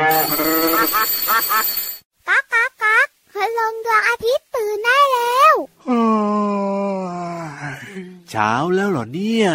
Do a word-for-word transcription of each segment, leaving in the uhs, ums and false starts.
ก๊ากก๊ากก๊ากพลังดวงอาทิตย์ตื่นได้แล้วเช้าแล้วเหรอเนี่ย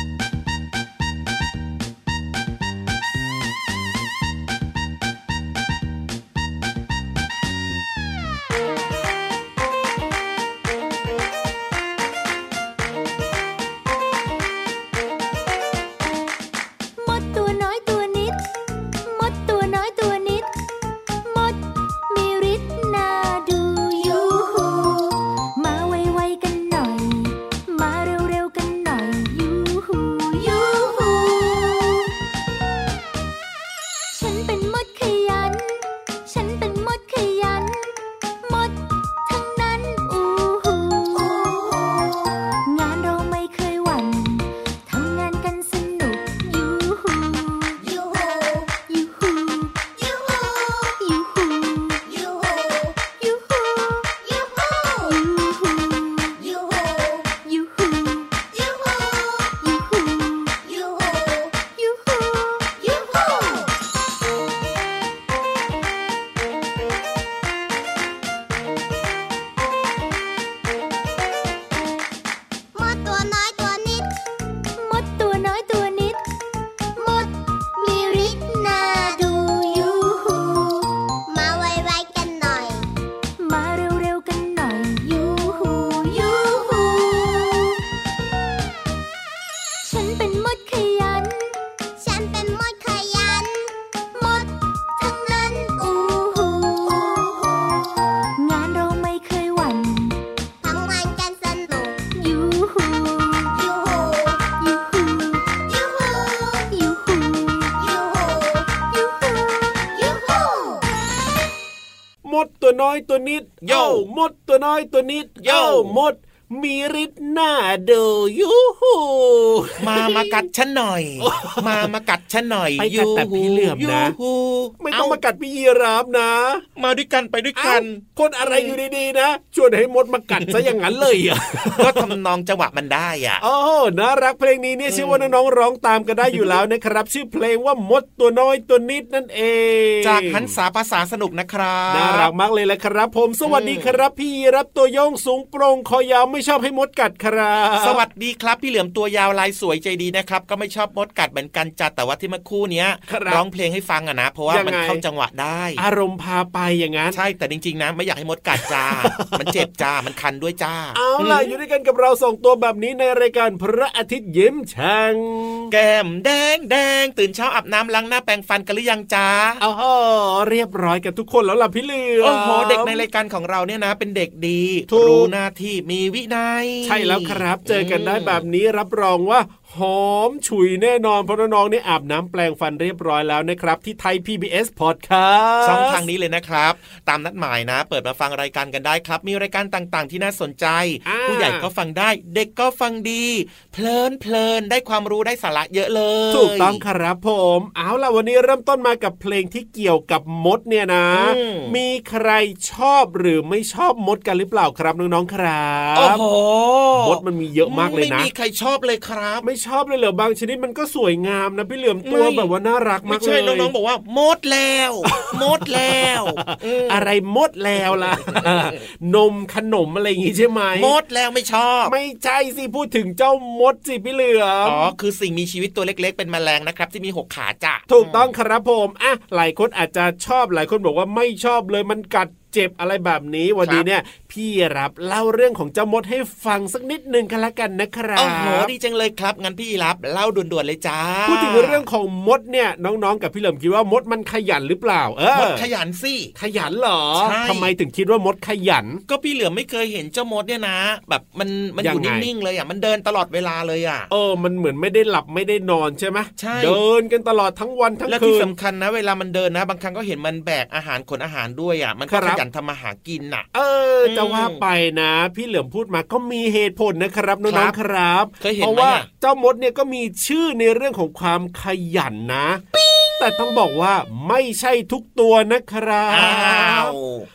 ตัวน้อยตัวนิดโย่มดตัวน้อยตัวนิดโย่มดมีฤทธิ์หน้าดูยูฮูมามากัดฉันหน่อยมามากัดฉันหน่อยไปกัดแต่พี่เหลื่อมนะไม่ต้องมากัดพี่ยีราฟนะมาด้วยกันไปด้วยกันคนอะไรอยู่ดีๆนะชวนให้มดมากัดซะอย่างนั้นเลยอ่ะก็ทำนองจังหวะมันได้อ่ะโอ้น่ารักเพลงนี้เนี่ยชื่อว่าน้องๆร้องตามกันได้อยู่แล้วนะครับชื่อเพลงว่ามดตัวน้อยตัวนิดนั่นเองจากหันษาภาษาสนุกนะครับน่ารักมากเลยแหละครับผมสวัสดีครับพี่ยีราฟตัวโยงสูงโปร่งคอยาวไม่ชอบให้มดกัดครับสวัสดีครับพี่เหลือมตัวยาวลายสวยใจดีนะครับก็ไม่ชอบมดกัดเหมือนกันจัดแต่ว่าที่เมื่อคู่เนี้ยร้องเพลงให้ฟังอะนะเพราะว่ามันเข้าจังหวะได้อารมณ์พาไปอย่างนั้นใช่แต่จริงๆนะไม่อยากให้มดกัดจ้า มันเจ็บจ้ามันคันด้วยจ้าเอาล่ะอยู่ด้วยกันกับเราสองตัวแบบนี้ในรายการพระอาทิตย์ยิ้มแฉ่งแก้มแดงแดงตื่นเช้าอาบน้ำล้างหน้าแปรงฟันกันหรือยังจ้าอ้าวเรียบร้อยกันทุกคนแล้วล่ะพี่เหลือมโอ้โหเด็กในรายการของเราเนี่ยนะเป็นเด็กดีรู้หน้าที่มีวินัยใช่แล้วครับเจอกันได้แบบนี้รับรองว่าหอมฉุยแน่นอนเพราะน้องๆนี่อาบน้ำแปรงฟันเรียบร้อยแล้วนะครับที่ไทย พี บี เอส Podcast ช่องทางนี้เลยนะครับตามนัดหมายนะเปิดมาฟังรายการกันได้ครับมีรายการต่างๆที่น่าสนใจผู้ใหญ่ก็ฟังได้เด็กก็ฟังดีเพลินเพลินได้ความรู้ได้สาระเยอะเลยถูกต้องครับผมเอาล่ะวันนี้เริ่มต้นมากับเพลงที่เกี่ยวกับมดเนี่ยนะมีใครชอบหรือไม่ชอบมดกันหรือเปล่าครับน้องๆครับโอ้โหมดมันมีเยอะมากเลยนะไม่มีใครชอบเลยครับไม่ชอบเลยเหรอบางชนิดมันก็สวยงามนะพี่เหลือมตัวแบบว่าน่ารักมากเลยไม่ใช่น้องๆบอกว่ามดแล้วมดแล้วอะไรมดแล้วล่ะนมขนมอะไรอย่างงี้ใช่ไหมมดแล้วไม่ชอบไม่ใช่สิพูดถึงเจ้ามดสิพี่เหลือมอ๋อคือสิ่งมีชีวิตตัวเล็กๆเป็นแมลงนะครับที่มีหกขาจ้ะถูกต้องครับผมอ่ะหลายคนอาจจะชอบหลายคนบอกว่าไม่ชอบเลยมันกัดเจ็บอะไรแบบนี้วันนี้เนี่ยพี่รับเล่าเรื่องของเจ้ามดให้ฟังสักนิดนึงกันละกันนะครับโอ้โหดีจังเลยครับงั้นพี่รับเล่าด่วนๆเลยจ้าพูดถึงเรื่องของมดเนี่ยน้องๆกับพี่เหลิมคิดว่ามดมันขยันหรือเปล่าเออมดขยันสิขยันเหรอทำไมถึงคิดว่ามดขยันก็พี่เหลือไม่เคยเห็นเจ้ามดเนี่ยนะแบบมันมันอยู่นิ่งๆเลยอ่ะมันเดินตลอดเวลาเลยอ่ะเออมันเหมือนไม่ได้หลับไม่ได้นอนใช่ไหมใช่เดินกันตลอดทั้งวันทั้งคืนและที่สำคัญนะเวลามันเดินนะบางครั้งก็เห็นมันแบกอาหารขนอาหารด้วยอ่ะมันก็ขยันทำอาหารกินน่ะเออจะว่าไปนะพี่เหลือมพูดมาก็มีเหตุผลนะครับน้องๆครับเพราะว่าเจ้ามดเนี่ยก็มีชื่อในเรื่องของความขยันนะแต่ต้องบอกว่าไม่ใช่ทุกตัวนะครับ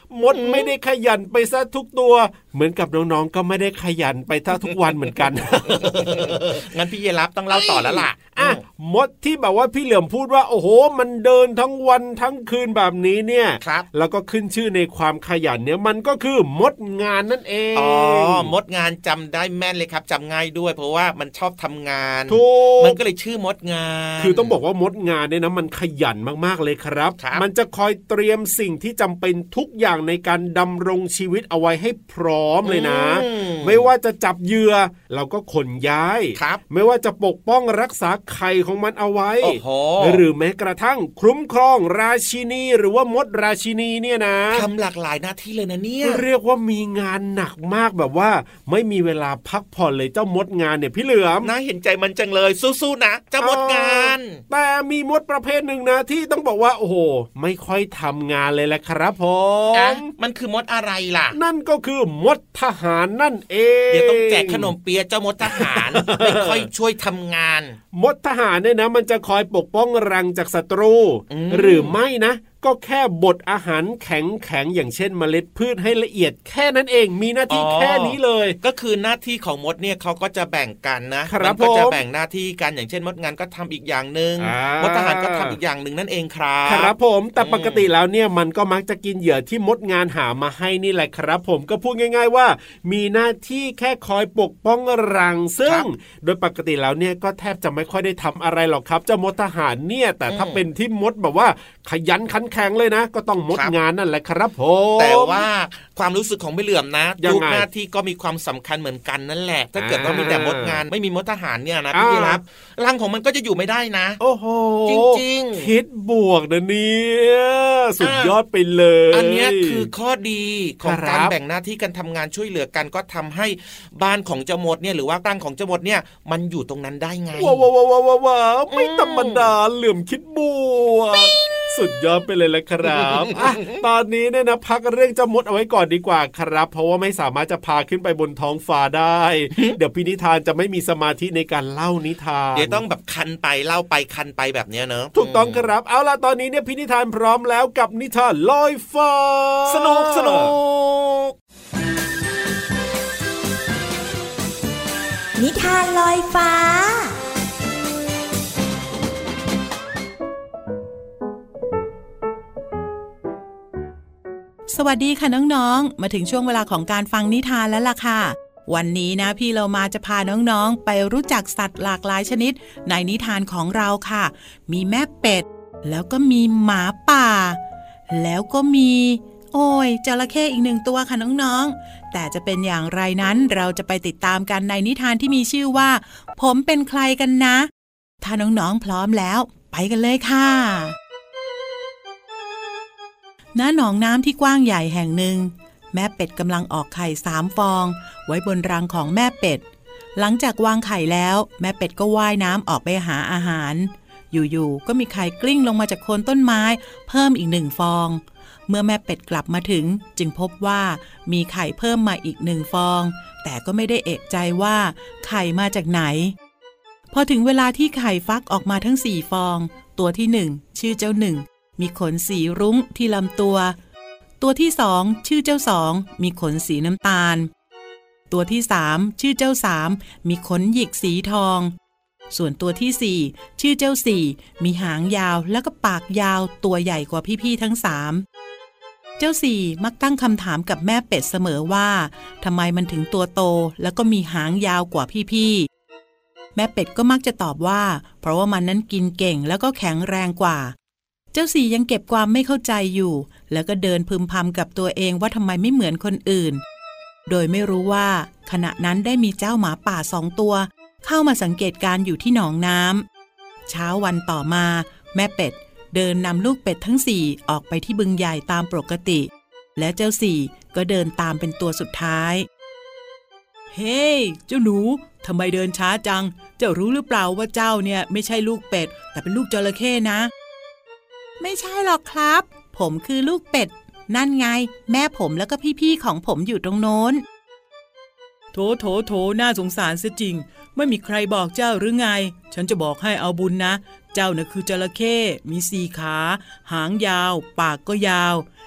มดไม่ได้ขยันไปซะทุกตัวเหมือนกับน้องๆก็ไม่ได้ขยันไปท่าทุกวันเหมือนกันงั้นพี่เยรับต้องเล่าต่อแล้วล่ะอ่ะมดที่แบบว่าพี่เหลือมพูดว่าโอ้โหมันเดินทั้งวันทั้งคืนแบบนี้เนี่ยแล้วก็ขึ้นชื่อในความขยันเนี่ยมันก็คือมดงานนั่นเองอ๋อมดงานจำได้แม่นเลยครับจำง่ายด้วยเพราะว่ามันชอบทำงานมันก็เลยชื่อมดงานคือต้องบอกว่ามดงานเนี่ยนะมันขยันมากๆเลยครับมันจะคอยเตรียมสิ่งที่จำเป็นทุกอย่างในการดำรงชีวิตเอาไว้ให้พร้อมเลยนะไม่ว่าจะจับเหยื่อเราก็ขนย้ายไม่ว่าจะปกป้องรักษาไข่ของมันเอาไว้หรือแม้กระทั่งคุ้มครองราชินีหรือว่ามดราชินีเนี่ยนะทำหลากหลายหน้าที่เลยนะเนี่ยเรียกว่ามีงานหนักมากแบบว่าไม่มีเวลาพักผ่อนเลยเจ้ามดงานเนี่ยพี่เหลือมน่าเห็นใจมันจังเลยสู้ๆนะเจ้ามดงานแต่มีมดประเภทหนึ่งนะที่ต้องบอกว่าโอ้โหไม่ค่อยทำงานเลยแหละครับผมมันคือมดอะไรล่ะนั่นก็คือมดทหารนั่นเองเดี๋ยวต้องแจกขนมเปี๊ยะเจ้ามดทหาร ไม่ค่อยช่วยทำงานมดทหารเนี่ยนะมันจะคอยปกป้องรังจากศัตรูหรือไม่นะก็แค่บดอาหารแข็งแข็งอย่างเช่นเมล็ดพืชให้ละเอียดแค่นั้นเองมีหน้าที่แค่นี้เลยก็คือหน้าที่ของมดเนี่ยเขาก็จะแบ่งกันนะมันก็จะแบ่งหน้าที่กันอย่างเช่นมดงานก็ทำอีกอย่างนึงมดทหารก็ทำอีกอย่างนึงนั่นเองครับครับผมแต่ปกติแล้วเนี่ยมันก็มักจะกินเหยื่อที่มดงานหามาให้นี่แหละครับผมก็พูดง่ายๆว่ามีหน้าที่แค่คอยปกป้องรังซึ่งโดยปกติแล้วเนี่ยก็แทบจะไม่ค่อยได้ทำอะไรหรอกครับเจ้ามดทหารเนี่ยแต่ถ้าเป็นที่มดแบบว่าขยันขันแข็งเลยนะก็ต้องมดงานนั่นแหละครับผมแต่ว่าความรู้สึกของไม่เหลื่อมนะทุกหน้าที่ก็มีความสำคัญเหมือนกันนั่นแหละถ้าเกิดว่ามีแต่มดงานไม่มีมดทหารเนี่ยนะพี่รับรังของมันก็จะอยู่ไม่ได้นะโอ้โหจริงๆคิดบวกนะเนี่ยสุดยอดไปเลยอันนี้คือข้อดีของการแบ่งหน้าที่กันทำงานช่วยเหลือกันก็ทำให้บ้านของเจ้ามดเนี่ยหรือว่าตั้งของเจ้ามดเนี่ยมันอยู่ตรงนั้นได้ไงว้าวว้าวว้าวว้าวไม่ธรรมดาเหลื่อมคิดบวกสุดยอดไปเลยแหละครับอ่ะตอนนี้เนี่ยนะพักเรื่องเจ้ามดเอาไว้ก่อนดีกว่าครับเพราะว่าไม่สามารถจะพาขึ้นไปบนท้องฟ้าได้ เดี๋ยวพี่นิทานจะไม่มีสมาธิในการเล่านิทานเดี๋ยวต้องแบบคันไปเล่าไปคันไปแบบนี้เนอะถูกต้องครับเอาล่ะตอนนี้เนี่ยพี่นิทานพร้อมแล้วกับนิทานลอยฟ้าสนุกสนุกนิทานลอยฟ้าสวัสดีค่ะน้องๆมาถึงช่วงเวลาของการฟังนิทานแล้วล่ะค่ะวันนี้นะพี่เรามาจะพาน้องๆไปรู้จักสัตว์หลากหลายชนิดในนิทานของเราค่ะมีแม่เป็ดแล้วก็มีหมาป่าแล้วก็มีโอ้ยจระเข้อีกหนึ่งตัวค่ะน้องๆแต่จะเป็นอย่างไรนั้นเราจะไปติดตามกันในนิทานที่มีชื่อว่าผมเป็นใครกันนะถ้าน้องๆพร้อมแล้วไปกันเลยค่ะณ หนองน้ำที่กว้างใหญ่แห่งหนึ่งแม่เป็ดกำลังออกไข่สามฟองไว้บนรังของแม่เป็ดหลังจากวางไข่แล้วแม่เป็ดก็ว่ายน้ำออกไปหาอาหารอยู่ๆก็มีไข่กลิ้งลงมาจากโคนต้นไม้เพิ่มอีกหนึ่งฟองเมื่อแม่เป็ดกลับมาถึงจึงพบว่ามีไข่เพิ่มมาอีกหนึ่งฟองแต่ก็ไม่ได้เอะใจว่าไข่มาจากไหนพอถึงเวลาที่ไข่ฟักออกมาทั้งสี่ฟองตัวที่หนึ่งชื่อเจ้าหนึ่งมีขนสีรุ้งที่ลำตัวตัวที่สองชื่อเจ้าสองมีขนสีน้ำตาลตัวที่สามชื่อเจ้าสามมีขนหยิกสีทองส่วนตัวที่สี่ชื่อเจ้าสี่มีหางยาวแล้วก็ปากยาวตัวใหญ่กว่าพี่ๆทั้งสามเจ้าสี่มักตั้งคำถามกับแม่เป็ดเสมอว่าทำไมมันถึงตัวโตแล้วก็มีหางยาวกว่าพี่ๆแม่เป็ดก็มักจะตอบว่าเพราะว่ามันนั้นกินเก่งแล้วก็แข็งแรงกว่าเจ้าสี่ยังเก็บความไม่เข้าใจอยู่แล้วก็เดินพึมพำกับตัวเองว่าทำไมไม่เหมือนคนอื่นโดยไม่รู้ว่าขณะนั้นได้มีเจ้าหมาป่าสองตัวเข้ามาสังเกตการอยู่ที่หนองน้ำเช้าวันต่อมาแม่เป็ดเดินนำลูกเป็ดทั้งสี่ออกไปที่บึงใหญ่ตามปกติและเจ้าสี่ก็เดินตามเป็นตัวสุดท้ายเฮ้ hey, เจ้าหนูทำไมเดินช้าจังเจ้ารู้หรือเปล่าว่าเจ้าเนี่ยไม่ใช่ลูกเป็ดแต่เป็นลูกจระเข้นะไม่ใช่หรอกครับผมคือลูกเป็ดนั่นไงแม่ผมแล้วก็พี่ๆของผมอยู่ตรงโน้นโถโถโถน่าสงสารซะจริงไม่มีใครบอกเจ้าหรือไงฉันจะบอกให้เอาบุญนะเจ้าน่ะคือจระเข้มีสี่ขาหางยาวปากก็ยาว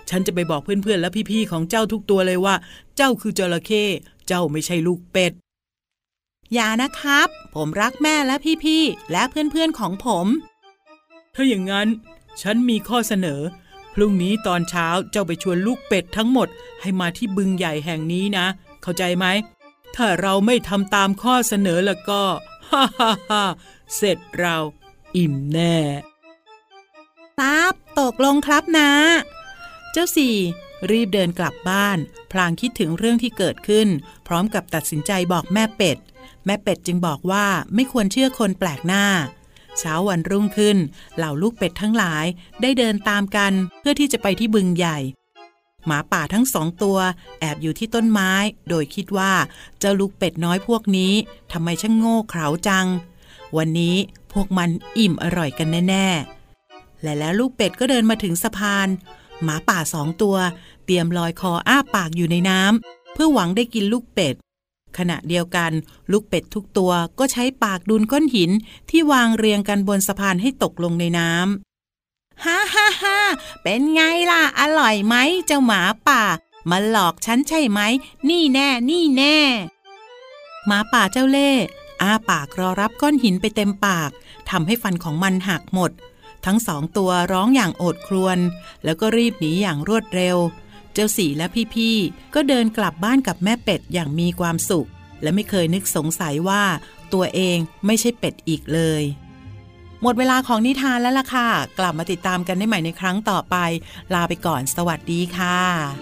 ฉันจะไปบอกเพื่อนๆและพี่ๆของเจ้าทุกตัวเลยว่าเจ้าคือจระเข้เจ้าไม่ใช่ลูกเป็ดอย่านะครับผมรักแม่และพี่ๆและเพื่อนๆของผมถ้าอย่างนั้นฉันมีข้อเสนอพรุ่งนี้ตอนเช้าเจ้าไปชวนลูกเป็ดทั้งหมดให้มาที่บึงใหญ่แห่งนี้นะเข้าใจไหมถ้าเราไม่ทำตามข้อเสนอแล้วก็ฮ่าฮ่าฮ่าเสร็จเราอิ่มแน่ครับตกลงครับนะเจ้าสี่รีบเดินกลับบ้านพลางคิดถึงเรื่องที่เกิดขึ้นพร้อมกับตัดสินใจบอกแม่เป็ดแม่เป็ดจึงบอกว่าไม่ควรเชื่อคนแปลกหน้าเช้าวันรุ่งขึ้นเหล่าลูกเป็ดทั้งหลายได้เดินตามกันเพื่อที่จะไปที่บึงใหญ่หมาป่าทั้งสองตัวแอบอยู่ที่ต้นไม้โดยคิดว่าเจ้าลูกเป็ดน้อยพวกนี้ทำไมช่างโง่เขลาจังวันนี้พวกมันอิ่มอร่อยกันแน่ๆและแล้วลูกเป็ดก็เดินมาถึงสะพานหมาป่าสองตัวเตรียมลอยคออ้าปากอยู่ในน้ำเพื่อหวังได้กินลูกเป็ดขณะเดียวกันลูกเป็ดทุกตัวก็ใช้ปากดูนก้อนหินที่วางเรียงกันบนสะพานให้ตกลงในน้ำฮ่าฮ่าฮ่าเป็นไงล่ะอร่อยไหมเจ้าหมาป่ามาหลอกฉันใช่ไหมนี่แน่นี่แน่หมาป่าเจ้าเล่ห์อ้าปากรอรับก้อนหินไปเต็มปากทำให้ฟันของมันหักหมดทั้งสองตัวร้องอย่างโอดครวญแล้วก็รีบหนีอย่างรวดเร็วเจ้าสี่และพี่ๆก็เดินกลับบ้านกับแม่เป็ดอย่างมีความสุขและไม่เคยนึกสงสัยว่าตัวเองไม่ใช่เป็ดอีกเลยหมดเวลาของนิทานแล้วล่ะค่ะกลับมาติดตามกันได้ใหม่ในครั้งต่อไปลาไปก่อนสวัสดีค่ะ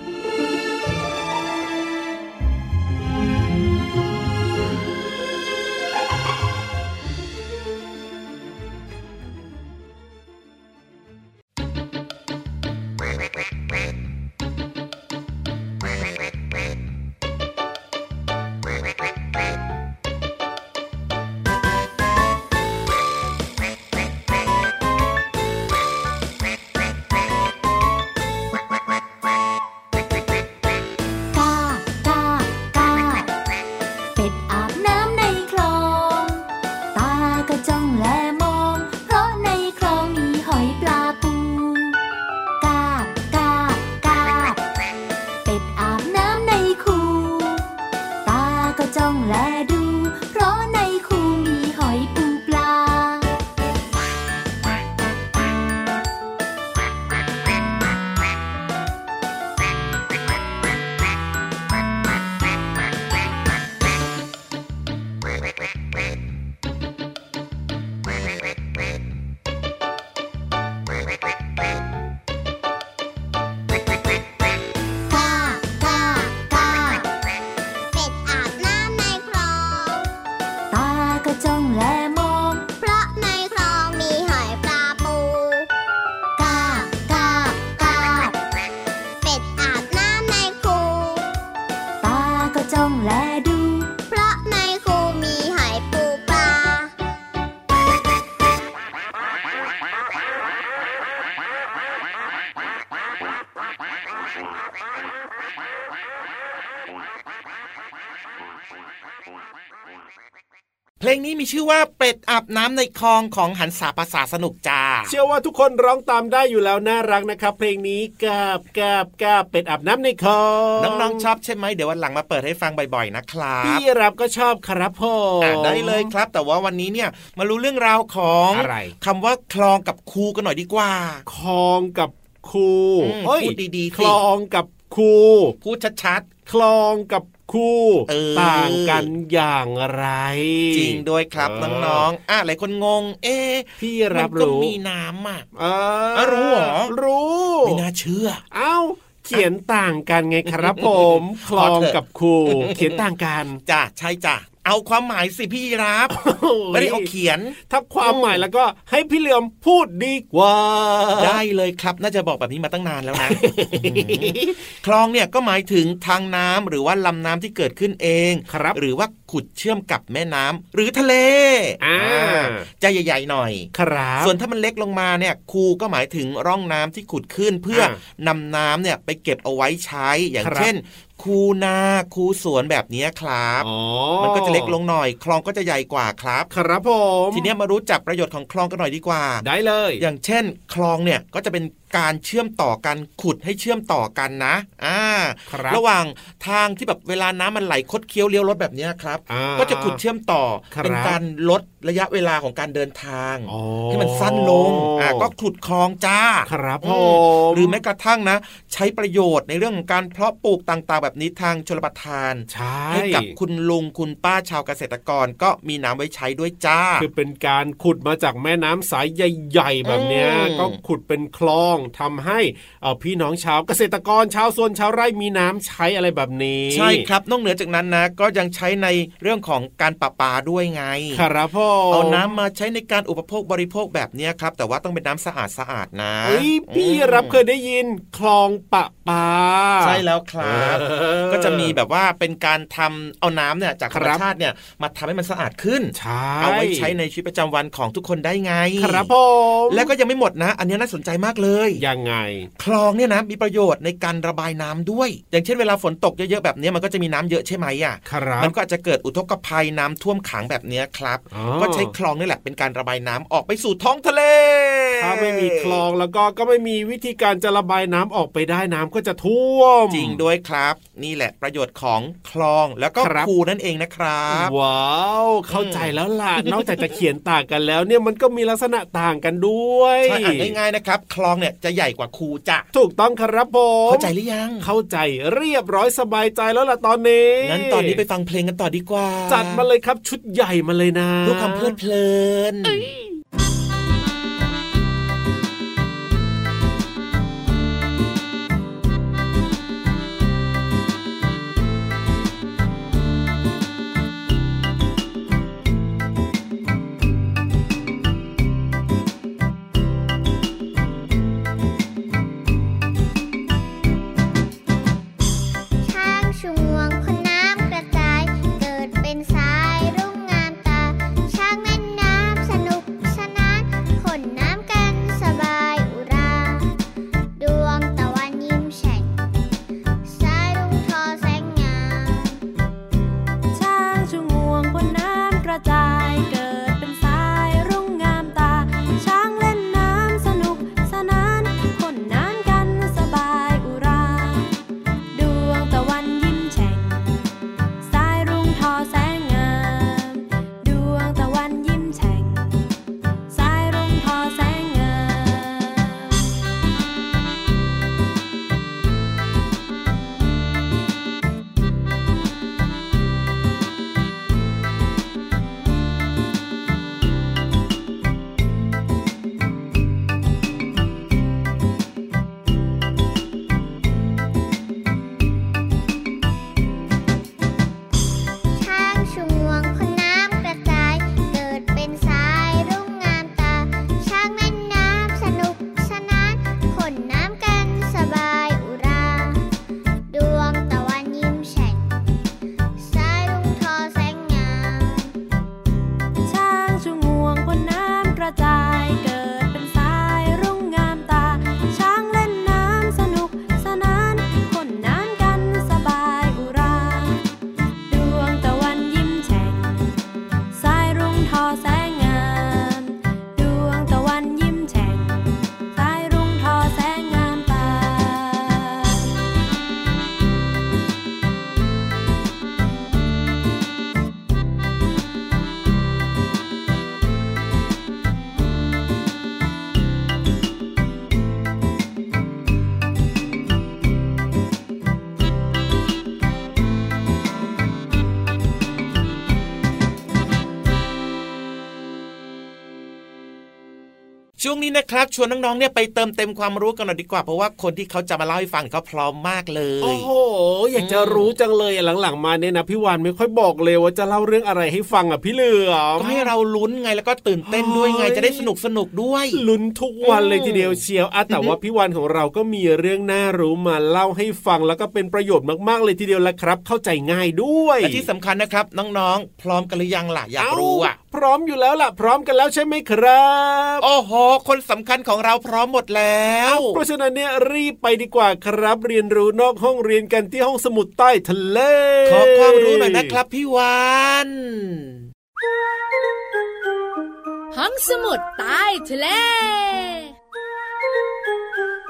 เพลงนี้มีชื่อว่าเป็ดอาบน้ำในคลองของหันษาภาษาสนุกจ้าเชื่อว่าทุกคนร้องตามได้อยู่แล้วน่ารักนะครับเพลงนี้กาบกาบกาบเป็ดอาบน้ำในคลองน้องๆชอบใช่ไหมเดี๋ยววันหลังมาเปิดให้ฟังบ่อยๆนะครับพี่รับก็ชอบครับพ่อได้เลยครับแต่ว่าวันนี้เนี่ยมารู้เรื่องราวของอะไรคำว่าคลองกับคูกันหน่อยดีกว่าคลองกับคูพูดดีๆคลองกับคูพูดชัดๆคลองกับคู่ต่างกันอย่างไรจริงด้วยครับน้องๆอ่ะหลายคนงงเอ๊ะพี่รับรู้มันก็มีน้ำอ่ะเออรู้เหรอรู้ไม่น่าเชื่อเอ้าเขียนต่างกันไงครับผมคลองกับคู่เขียนต่างกันจ้ะใช่จ้ะเอาความหมายสิพี่รับไม่ได้เอาเขียนถ้าความหมายแล้วก็ให้พี่เหลือมพูดดีกว่าได้เลยครับน่าจะบอกแบบนี้มาตั้งนานแล้วนะ คลองเนี่ยก็หมายถึงทางน้ำหรือว่าลำน้ำที่เกิดขึ้นเองครับหรือว่าขุดเชื่อมกับแม่น้ำหรือทะเลจะใหญ่ๆหน่อยครับส่วนถ้ามันเล็กลงมาเนี่ยคูก็หมายถึงร่องน้ำที่ขุดขึ้นเพื่อนำน้ำเนี่ยไปเก็บเอาไว้ใช้อย่างเช่นคูนาคูสวนแบบนี้ครับมันก็จะเล็กลงหน่อยคลองก็จะใหญ่กว่าครับครับผมทีนี้มารู้จักประโยชน์ของคลองกันหน่อยดีกว่าได้เลยอย่างเช่นคลองเนี่ยก็จะเป็นการเชื่อมต่อกันขุดให้เชื่อมต่อกันนะอ่าระหว่างทางที่แบบเวลาน้ำมันไหลคดเคี้ยวเลี้ยวรถแบบนี้ครับก็จะขุดเชื่อมต่อเป็นการลดระยะเวลาของการเดินทางให้มันสั้นลงอ่าก็ขุดคลองจ้าครับผมหรือแม้กระทั่งนะใช้ประโยชน์ในเรื่องของการเพาะปลูกต่างๆแบบนี้ทางชลประทานให้กับคุณลุงคุณป้าชาวเกษตรกรก็มีน้ำไว้ใช้ด้วยจ้าคือเป็นการขุดมาจากแม่น้ำสายใหญ่ๆแบบนี้ก็ขุดเป็นคลองทำให้พี่น้องชาวเกษตรกรชาวสวนชาวไร่มีน้ำใช้อะไรแบบนี้ใช่ครับนอกเหนือจากนั้นนะก็ยังใช้ในเรื่องของการประปาด้วยไงครับพ่อเอาน้ำมาใช้ในการอุปโภคบริโภคแบบนี้ครับแต่ว่าต้องเป็นน้ำสะอาดสะอาดนะเฮ้ยพี่รับเคยได้ยินคลองประปาใช่แล้วครับก็จะมีแบบว่าเป็นการทำเอาน้ำเนี่ยจากธรรมชาติเนี่ยมาทำให้มันสะอาดขึ้นเอาไว้ใช้ในชีวิตประจำวันของทุกคนได้ไงครับผมแล้วก็ยังไม่หมดนะอันนี้น่าสนใจมากเลยยังไงคลองเนี่ยนะมีประโยชน์ในการระบายน้ำด้วยอย่างเช่นเวลาฝนตกเยอะๆแบบนี้มันก็จะมีน้ำเยอะใช่ไหมอ่ะมันก็อาจจะเกิดอุทกภัยน้ำท่วมขังแบบนี้ครับก็ใช้คลองนี่แหละเป็นการระบายน้ำออกไปสู่ท้องทะเลถ้าไม่มีคลองแล้วก็ก็ไม่มีวิธีการจะระบายน้ำออกไปได้น้ำก็จะท่วมจริงด้วยครับนี่แหละประโยชน์ของคลองแล้วก็คูนั่นเองนะครับว้าวเข้าใจแล้วล่ะ นอกจากจะเขียนต่างกันแล้วเนี่ยมันก็มีลักษณะต่างกันด้วยใช่อ่านง่ายๆนะครับคลองเนี่ยจะใหญ่กว่าคูจ้ะถูกต้องครับผมเข้าใจหรือยังเข้าใจเรียบร้อยสบายใจแล้วล่ะตอนนี้งั้นตอนนี้ไปฟังเพลงกันต่อดีกว่าจัดมาเลยครับชุดใหญ่มาเลยนะดูคำเพลิดเพลินช่วงนี้นะครับชวนน้องๆเนี่ยไปเติมเต็มความรู้กันหน่อยดีกว่าเพราะว่าคนที่เขาจะมาเล่าให้ฟังเขาพร้อมมากเลยโอ้โหอยากจะรู้จังเลยหลังๆมาเนี่ยนะพี่วานไม่ค่อยบอกเลยว่าจะเล่าเรื่องอะไรให้ฟังอ่ะพี่เหลือมก็ให้เราลุ้นไงแล้วก็ตื่นเต้นด้วยไงจะได้สนุกสนุกด้วยลุ้นทุกวันเลยทีเดียวเชียวอ่ะแต่ว่าพี่วานของเราก็มีเรื่องน่ารู้มาเล่าให้ฟังแล้วก็เป็นประโยชน์มากๆเลยทีเดียวละครับเข้าใจง่ายด้วยและที่สำคัญนะครับน้องๆพร้อมกันหรือยังล่ะอยากรู้อ่ะพร้อมอยู่แล้วล่ะพร้อมกันแล้วใช่ไหมครับโอ้โหคนสำคัญของเราพร้อมหมดแล้วเพราะฉะนั้นเนี่ยรีบไปดีกว่าครับเรียนรู้นอกห้องเรียนกันที่ห้องสมุดใต้ทะเลขอความรู้หน่อยนะครับพี่วานห้องสมุดใต้ทะเล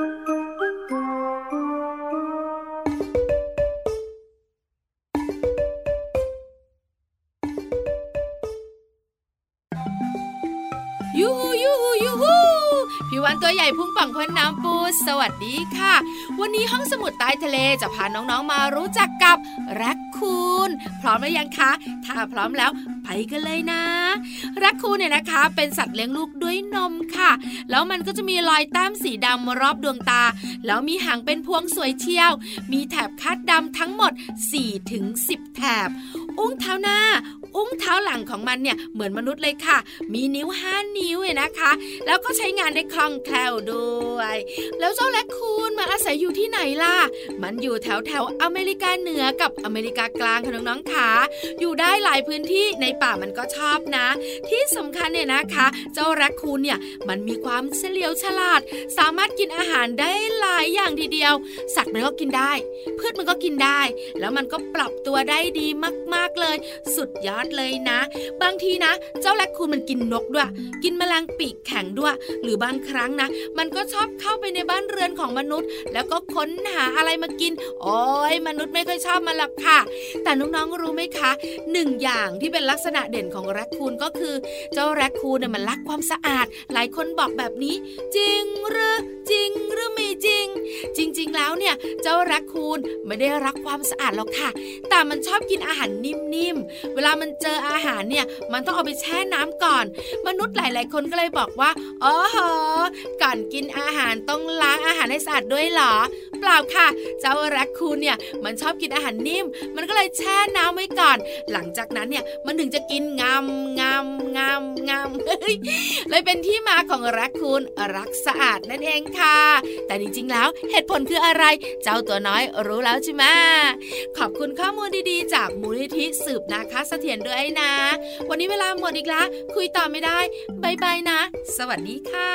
ตัวใหญ่พุ่งป่องพ้นน้ำปูสวัสดีค่ะวันนี้ห้องสมุดใต้ทะเลจะพาน้องๆมารู้จักกับแรคคูนพร้อมหรือยังคะถ้าพร้อมแล้วไปกันเลยนะแรคคูนเนี่ยนะคะเป็นสัตว์เลี้ยงลูกด้วยนมค่ะแล้วมันก็จะมีรอยแต้มสีดำรอบดวงตาแล้วมีหางเป็นพวงสวยเชียวมีแถบคาดดำทั้งหมด สี่ถึงสิบ แถบอุ้งเท้าหน้าอุ้งเท้าหลังของมันเนี่ยเหมือนมนุษย์เลยค่ะมีนิ้วห้านิ้วเนี่ยนะคะแล้วก็ใช้งานได้คล่องแคล่วด้วยแล้วเจ้าแรคคูนมาอาศัยอยู่ที่ไหนล่ะมันอยู่แถวแถวอเมริกาเหนือกับอเมริกากลางค่ะน้องๆค่ะอยู่ได้หลายพื้นที่ในป่ามันก็ชอบนะที่สำคัญเนี่ยนะคะเจ้าแรคคูนเนี่ยมันมีความเฉลียวฉลาดสามารถกินอาหารได้หลายอย่างทีเดียวสัตว์มันก็กินได้พืชมันก็กินได้แล้วมันก็ปรับตัวได้ดีมากๆเลยสุดยอดเลยนะบางทีนะเจ้าแรคคูนมันกินนกด้วยกินแมลงปีกแข็งด้วยหรือบางครั้งนะมันก็ชอบเข้าไปในบ้านเรือนของมนุษย์แล้วก็ค้นหาอะไรมากินโอ้ยมนุษย์ไม่ค่อยชอบมันหรอกค่ะแต่น้องๆรู้ไหมคะหนึ่งอย่างที่เป็นลักษณะเด่นของแรคคูนก็คือเจ้าแรคคูนเนี่ยมันรักความสะอาดหลายคนบอกแบบนี้จริงหรือจริงหรือไม่จริงจริงๆแล้วเนี่ยเจ้าแรคคูนไม่ได้รักความสะอาดหรอกค่ะแต่มันชอบกินอาหารนิ่มๆเวลามันเจออาหารเนี่ยมันต้องเอาไปแช่น้ำก่อนมนุษย์หลายๆคนก็เลยบอกว่าอ๋อเหรอก่อนกินอาหารต้องล้างอาหารให้สะอาดด้วยเหรอเปล่าค่ะเจ้าแรคคูนเนี่ยมันชอบกินอาหารนิ่มมันก็เลยแช่น้ำไว้ก่อนหลังจากนั้นเนี่ยมันถึงจะกินงำงำงำงำเลยเป็นที่มาของแรคคูนรักสะอาดนั่นเองค่ะแต่จริงๆแล้วเหตุผลคืออะไรเจ้าตัวน้อยรู้แล้วใช่ไหมขอบคุณข้อมูลดีๆจากมูลนิธิสืบนาคเสถียรด้วยนะวันนี้เวลาหมดอีกแล้วคุยต่อไม่ได้บายบายนะสวัสดีค่ะ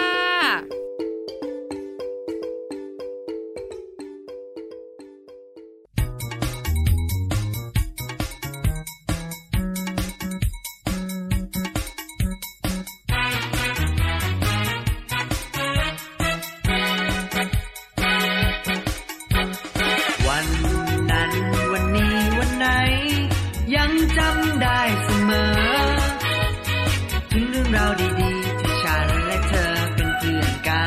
ยังจำได้เสมอถึงเรื่องราวดีๆที่ฉันและเธอเป็นเพื่อนกัน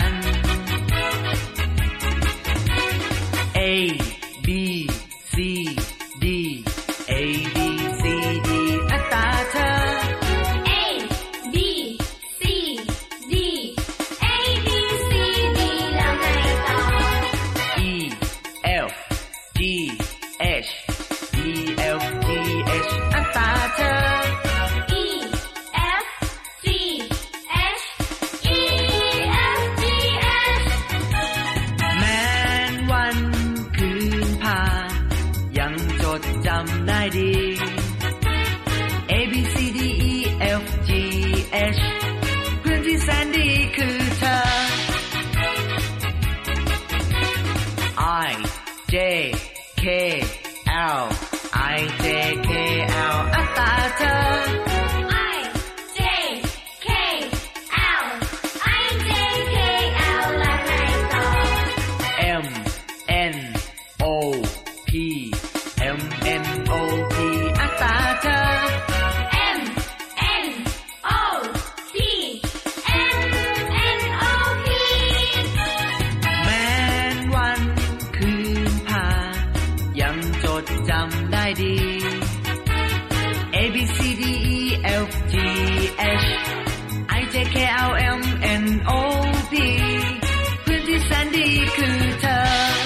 A B C D A B C D อัตราเธอ A B C D A B C D แล้วไงต่อ E F G H E F G H อัตราเธอ E F G H E F G H แม้นวันคืนผ่านยังจดจำได้ดี A B C D E F G H เพื่อนที่แสนดีคือเธอ I J K L I J K L อัตราเธอ I J K L I J K L แล้วไงต่อ M N O P M N O P อัตราเธอ M N O P M N O P แม้นวันคืนผ่านยังจดจำได้ดี A B C D E F G H I J K L M N O P เพื่อนที่แสนดีคือเธอ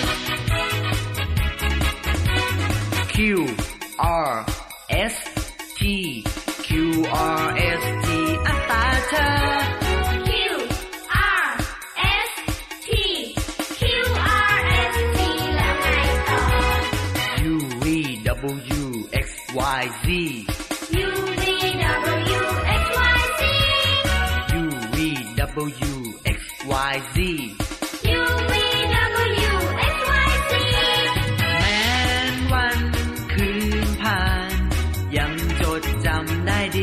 Q R S T Q R S T อัตราเธอ Q R S T Q R S T แล้วไงต่อ U V W X Y Z U V W X Y Z U V W X Y Z U V W X Y Z แม้นวันคืนผ่านยังจดจำได้ดี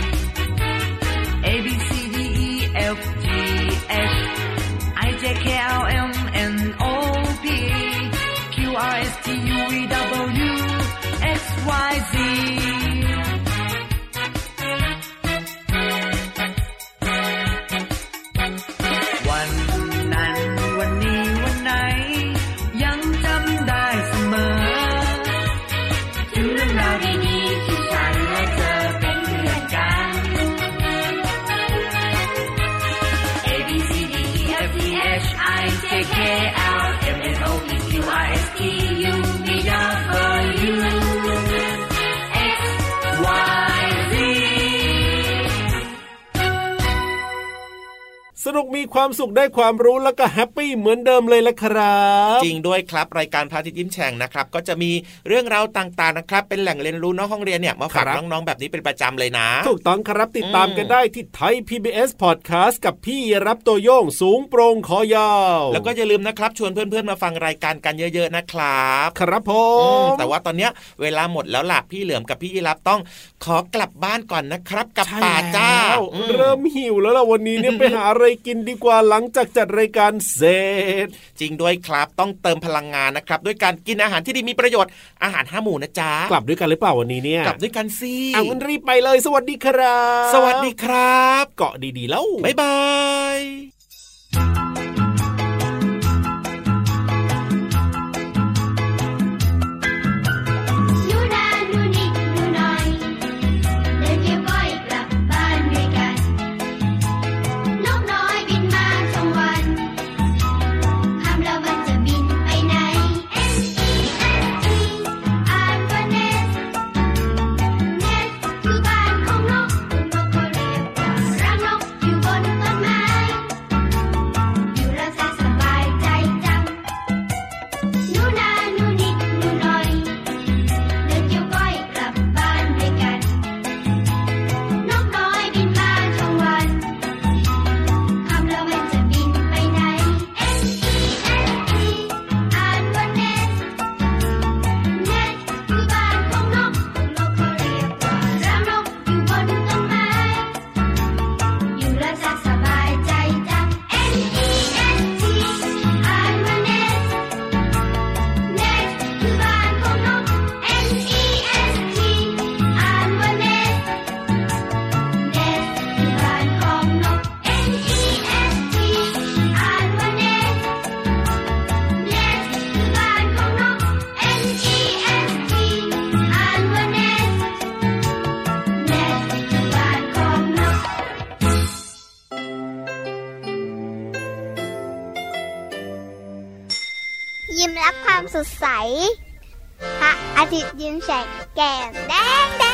A B C D E F G H I J K L M N O P Q R S T U V W X Y Zวัน you meet up for you X Y Z สนุกมีความสุขได้ความรู้แล้วก็แฮปปี้เหมือนเดิมเลยละครับจริงด้วยครับรายการพระอาทิตย์ยิ้มแฉ่งนะครับก็จะมีเรื่องราวต่างๆนะครับเป็นแหล่งเรียนรู้นอกห้องเรียนเนี่ยมาฝากน้องๆแบบนี้เป็นประจำเลยนะถูกต้องครับติดตามกันได้ที่ไทย พี บี เอส Podcast กับพี่รับตัวโยงสูงโปร่งคอยาวแล้วก็อย่าลืมนะครับชวนเพื่อนๆมาฟังรายการกันเยอะๆนะครับครับผมแต่ว่าตอนเนี้ยเวลาหมดแล้วล่ะพี่เหลือมกับพี่ยีรับต้องขอกลับบ้านก่อนนะครับกับป่าเจ้าเริ่มหิวแล้วล่ะวันนี้เนี่ยไปหาอะไรกินดีกว่าหลังจากจัดรายการเสร็จจริงด้วยครับต้องเติมพลังงานนะครับด้วยการกินอาหารที่ดีมีประโยชน์อาหารห้าหมู่นะจ๊ะกลับด้วยกันหรือเปล่าวันนี้เนี่ยกลับด้วยกันสิเอางั้นรีบไปเลยสวัสดีครับสวัสดีครับเกาะดีๆแล้วบ๊ายบายยิ้มรับความสดใสพระอาทิตย์ยิ้มแฉกแก้มแดงแดง